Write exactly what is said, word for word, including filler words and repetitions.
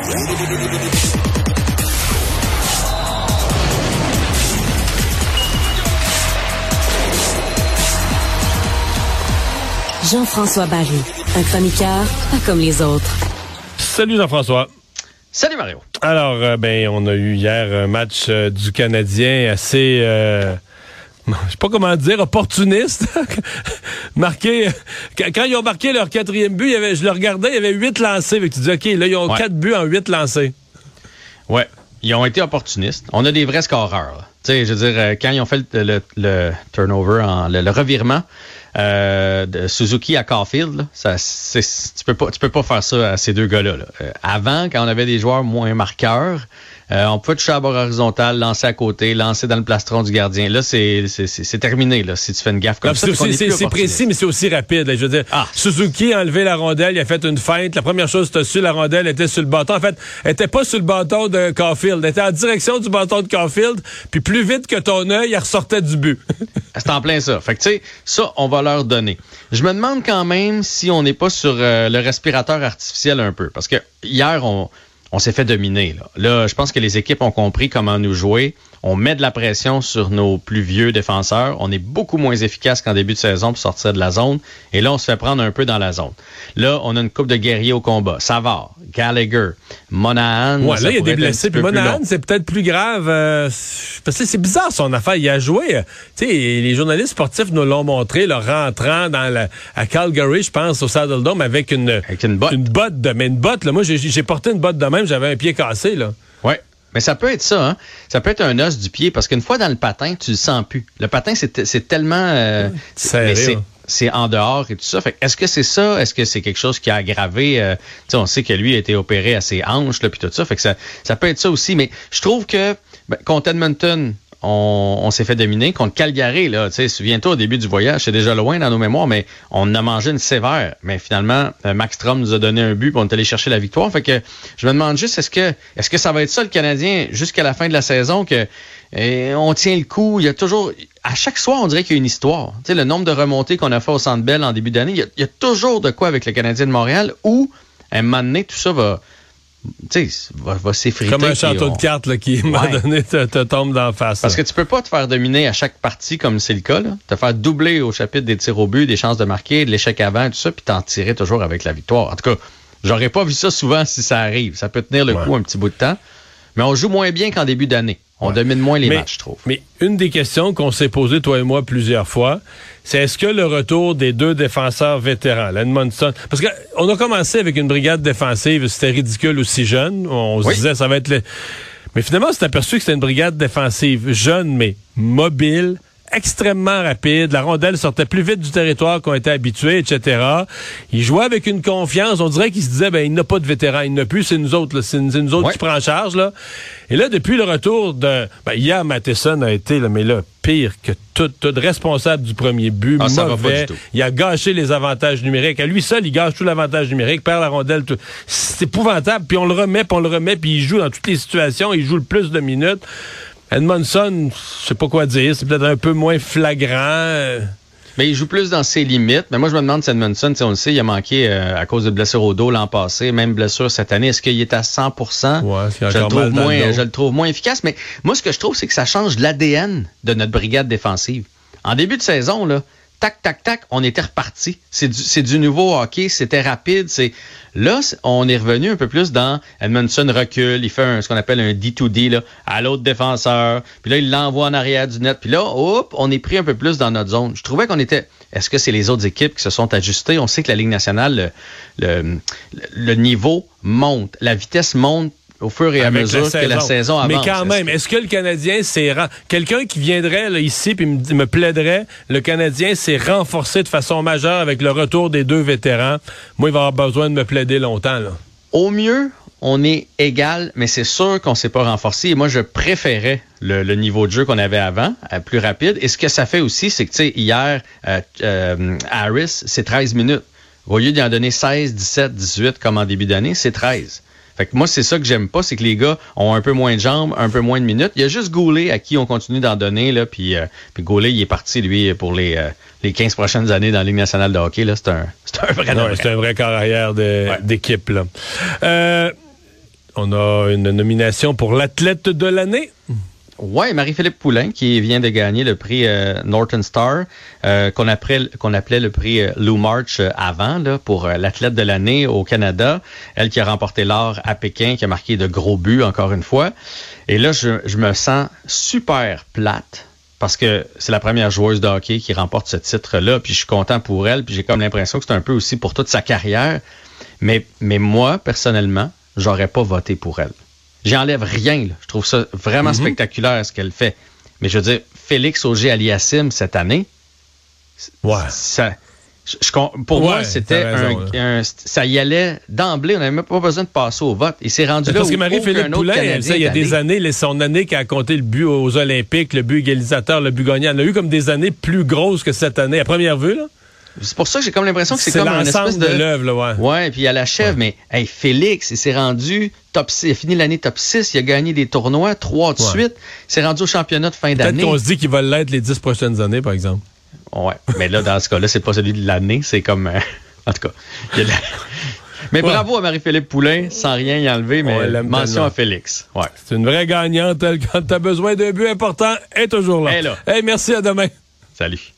Jean-François Barry, un chroniqueur pas comme les autres. Salut Jean-François. Salut Mario. Alors, euh, ben, on a eu hier un match euh, du Canadien assez, euh, je sais pas comment dire, opportuniste. Marqué, quand ils ont marqué leur quatrième but, il y avait, je le regardais, il y avait huit lancés. Tu dis, OK, là, ils ont ouais. quatre buts en huit lancés. Ouais, ils ont été opportunistes. On a des vrais scoreurs. Tu sais, je veux dire, quand ils ont fait le, le, le turnover, en, le, le revirement, Euh, de Suzuki à Caulfield, là, ça, c'est, tu peux pas, tu peux pas faire ça à ces deux gars-là. Là. Euh, avant, quand on avait des joueurs moins marqueurs, euh, on pouvait toucher à la barre horizontale, lancer à côté, lancer dans le plastron du gardien. Là, c'est, c'est, c'est, c'est terminé. Là, si tu fais une gaffe comme non, ça, c'est, c'est, c'est, c'est précis, mais c'est aussi rapide. Là, je veux dire, ah. Suzuki a enlevé la rondelle, il a fait une feinte. La première chose, tu as su, la rondelle était sur le bâton. En fait, elle était pas sur le bâton de Caulfield, elle était en direction du bâton de Caulfield. Puis plus vite que ton œil, elle ressortait du but. C'est en plein ça. Fait que tu sais, ça, on va leur donner. Je me demande quand même si on n'est pas sur euh, le respirateur artificiel un peu. Parce que hier, on, on s'est fait dominer. Là. là, je pense que les équipes ont compris comment nous jouer. On met de la pression sur nos plus vieux défenseurs. On est beaucoup moins efficace qu'en début de saison pour sortir de la zone. Et là, on se fait prendre un peu dans la zone. Là, on a une couple de guerriers au combat. Savard, Gallagher, Monahan. Ouais, là, il y a des blessés. Puis Monahan, c'est peut-être plus grave. Euh, parce que c'est bizarre son affaire. Il a joué. Tu sais, les journalistes sportifs nous l'ont montré, le rentrant dans la, à Calgary, je pense, au Saddle Dome, avec une, avec une botte. Une botte de, mais une botte, là. Moi, j'ai, j'ai porté une botte de même. J'avais un pied cassé, là. Ouais. Mais ça peut être ça, hein? Ça peut être un os du pied, parce qu'une fois dans le patin, tu le sens plus. Le patin, c'est, c'est tellement... Euh, Serré, c'est, c'est en dehors et tout ça. Fait, est-ce que c'est ça? Est-ce que c'est quelque chose qui a aggravé? Euh, on sait que lui a été opéré à ses hanches, là, puis tout ça. Fait que ça, ça peut être ça aussi. Mais je trouve que ben, contre Edmonton, on, on s'est fait dominer. Contre Calgary, là, souviens-toi, au début du voyage, c'est déjà loin dans nos mémoires, mais on a mangé une sévère. Mais finalement, Max Strom nous a donné un but, puis on est allé chercher la victoire. Fait que je me demande juste, est-ce que est-ce que ça va être ça, le Canadien, jusqu'à la fin de la saison, que et on tient le coup? Il y a toujours... À chaque soir, on dirait qu'il y a une histoire. Tu sais, le nombre de remontées qu'on a fait au Centre Bell en début d'année, il y, a, il y a toujours de quoi avec le Canadien de Montréal où, à un moment donné, tout ça va... Tu sais, va, va s'effriter. Comme un château on... de cartes là, qui, à un moment ouais. donné, te, te tombe d'en face. Parce là. que tu peux pas te faire dominer à chaque partie comme c'est le cas. Là. Te faire doubler au chapitre des tirs au but, des chances de marquer, de l'échec avant, tout ça, puis t'en tirer toujours avec la victoire. En tout cas, j'aurais pas vu ça souvent si ça arrive. Ça peut tenir le ouais. coup un petit bout de temps. Mais on joue moins bien qu'en début d'année. On ouais. domine moins les mais, matchs, je trouve. Mais une des questions qu'on s'est posées, toi et moi, plusieurs fois, c'est est-ce que le retour des deux défenseurs vétérans, l'Edmondson... Parce qu'on a commencé avec une brigade défensive, c'était ridicule aussi jeune. On se oui. disait, ça va être... Le... Mais finalement, on s'est aperçu que c'était une brigade défensive jeune, mais mobile, extrêmement rapide. La rondelle sortait plus vite du territoire qu'on était habitué, et cetera. Il jouait avec une confiance. On dirait qu'il se disait, ben, il n'a pas de vétéran. Il n'a plus, c'est nous autres, là. C'est, c'est nous autres ouais. qui prend en charge, là. Et là, depuis le retour de, ben, hier, Matheson a été, là, mais là, pire que tout, tout responsable du premier but, ah, mauvais. Il a gâché les avantages numériques. À lui seul, il gâche tout l'avantage numérique, perd la rondelle, tout. C'est épouvantable. Puis on le remet, puis on le remet, puis il joue dans toutes les situations. Il joue le plus de minutes. Edmondson, je sais pas quoi dire, c'est peut-être un peu moins flagrant. Mais il joue plus dans ses limites. Mais moi, je me demande si Edmondson, on le sait, il a manqué euh, à cause de blessures au dos l'an passé, même blessure cette année. Est-ce qu'il est à cent pour cent? Ouais, c'est je, le trouve mal moins, le je le trouve moins efficace. Mais moi, ce que je trouve, c'est que ça change l'A D N de notre brigade défensive. En début de saison, là, tac, tac, tac, on était reparti. C'est du, c'est du nouveau hockey, c'était rapide. C'est Là, on est revenu un peu plus dans Edmondson recule, il fait un, ce qu'on appelle un D deux D là, à l'autre défenseur, puis là, il l'envoie en arrière du net, puis là, hop, on est pris un peu plus dans notre zone. Je trouvais qu'on était... Est-ce que c'est les autres équipes qui se sont ajustées? On sait que la Ligue nationale, le, le, le niveau monte, la vitesse monte au fur et à Avec mesure la que la saison avance. Mais quand même, est-ce que le Canadien s'est... Ren... Quelqu'un qui viendrait là, ici puis me, me plaiderait, le Canadien s'est renforcé de façon majeure avec le retour des deux vétérans. Moi, il va avoir besoin de me plaider longtemps. Là. Au mieux, on est égal, mais c'est sûr qu'on ne s'est pas renforcé. Et moi, je préférais le, le niveau de jeu qu'on avait avant, euh, plus rapide. Et ce que ça fait aussi, c'est que, tu sais, hier, euh, euh, Harris, c'est treize minutes. Au lieu d'y en donner seize, dix-sept, dix-huit comme en début d'année, c'est treize. Fait que moi, c'est ça que j'aime pas, c'est que les gars ont un peu moins de jambes, un peu moins de minutes. Il y a juste Goulet à qui on continue d'en donner, là, puis, euh, puis Goulet, il est parti, lui, pour les, euh, les quinze prochaines années dans la Ligue nationale de hockey, là. C'est un, c'est un vrai... Non, c'est un vrai corps arrière de, ouais. d'équipe, là. Euh, on a une nomination pour l'athlète de l'année. Ouais, Marie-Philippe Poulin qui vient de gagner le prix euh, Northern Star, euh, qu'on appelait qu'on appelait le prix euh, Lou March euh, avant là pour euh, l'athlète de l'année au Canada. Elle qui a remporté l'or à Pékin, qui a marqué de gros buts encore une fois. Et là, je, je me sens super plate parce que c'est la première joueuse de hockey qui remporte ce titre-là. Puis je suis content pour elle. Puis j'ai comme l'impression que c'est un peu aussi pour toute sa carrière. Mais mais moi personnellement, j'aurais pas voté pour elle. J'enlève rien, là. Je trouve ça vraiment mm-hmm. spectaculaire ce qu'elle fait. Mais je veux dire, Félix Auger-Aliassime cette année, ouais. ça, je, je, pour ouais, moi, c'était raison, un, un, ça y allait d'emblée. On n'avait même pas besoin de passer au vote. Il s'est rendu là. Parce que Marie-Philippe Poulin, elle, ça, il y a des années, son année qui a compté le but aux Olympiques, le but égalisateur, le but gagnant, elle a eu comme des années plus grosses que cette année, à première vue, là. C'est pour ça que j'ai comme l'impression que c'est, c'est comme un espèce de, de l'œuvre, là, ouais. Ouais, puis il l'achève, ouais. mais hey, Félix, il s'est rendu top six, il a fini l'année top six, il a gagné des tournois, trois de ouais. suite, il s'est rendu au championnat de fin Peut-être d'année. Peut-être qu'on se dit qu'il va l'être les dix prochaines années, par exemple. Ouais, mais là, dans ce cas-là, c'est pas celui de l'année, c'est comme... Euh, en tout cas, il y a la... Mais ouais. bravo à Marie-Philippe Poulin, sans rien y enlever, mais mention tellement. À Félix. Ouais. C'est une vraie gagnante, elle, quand t'as besoin d'un but important, elle est toujours là. Elle est là. Hey, merci, à demain. Salut.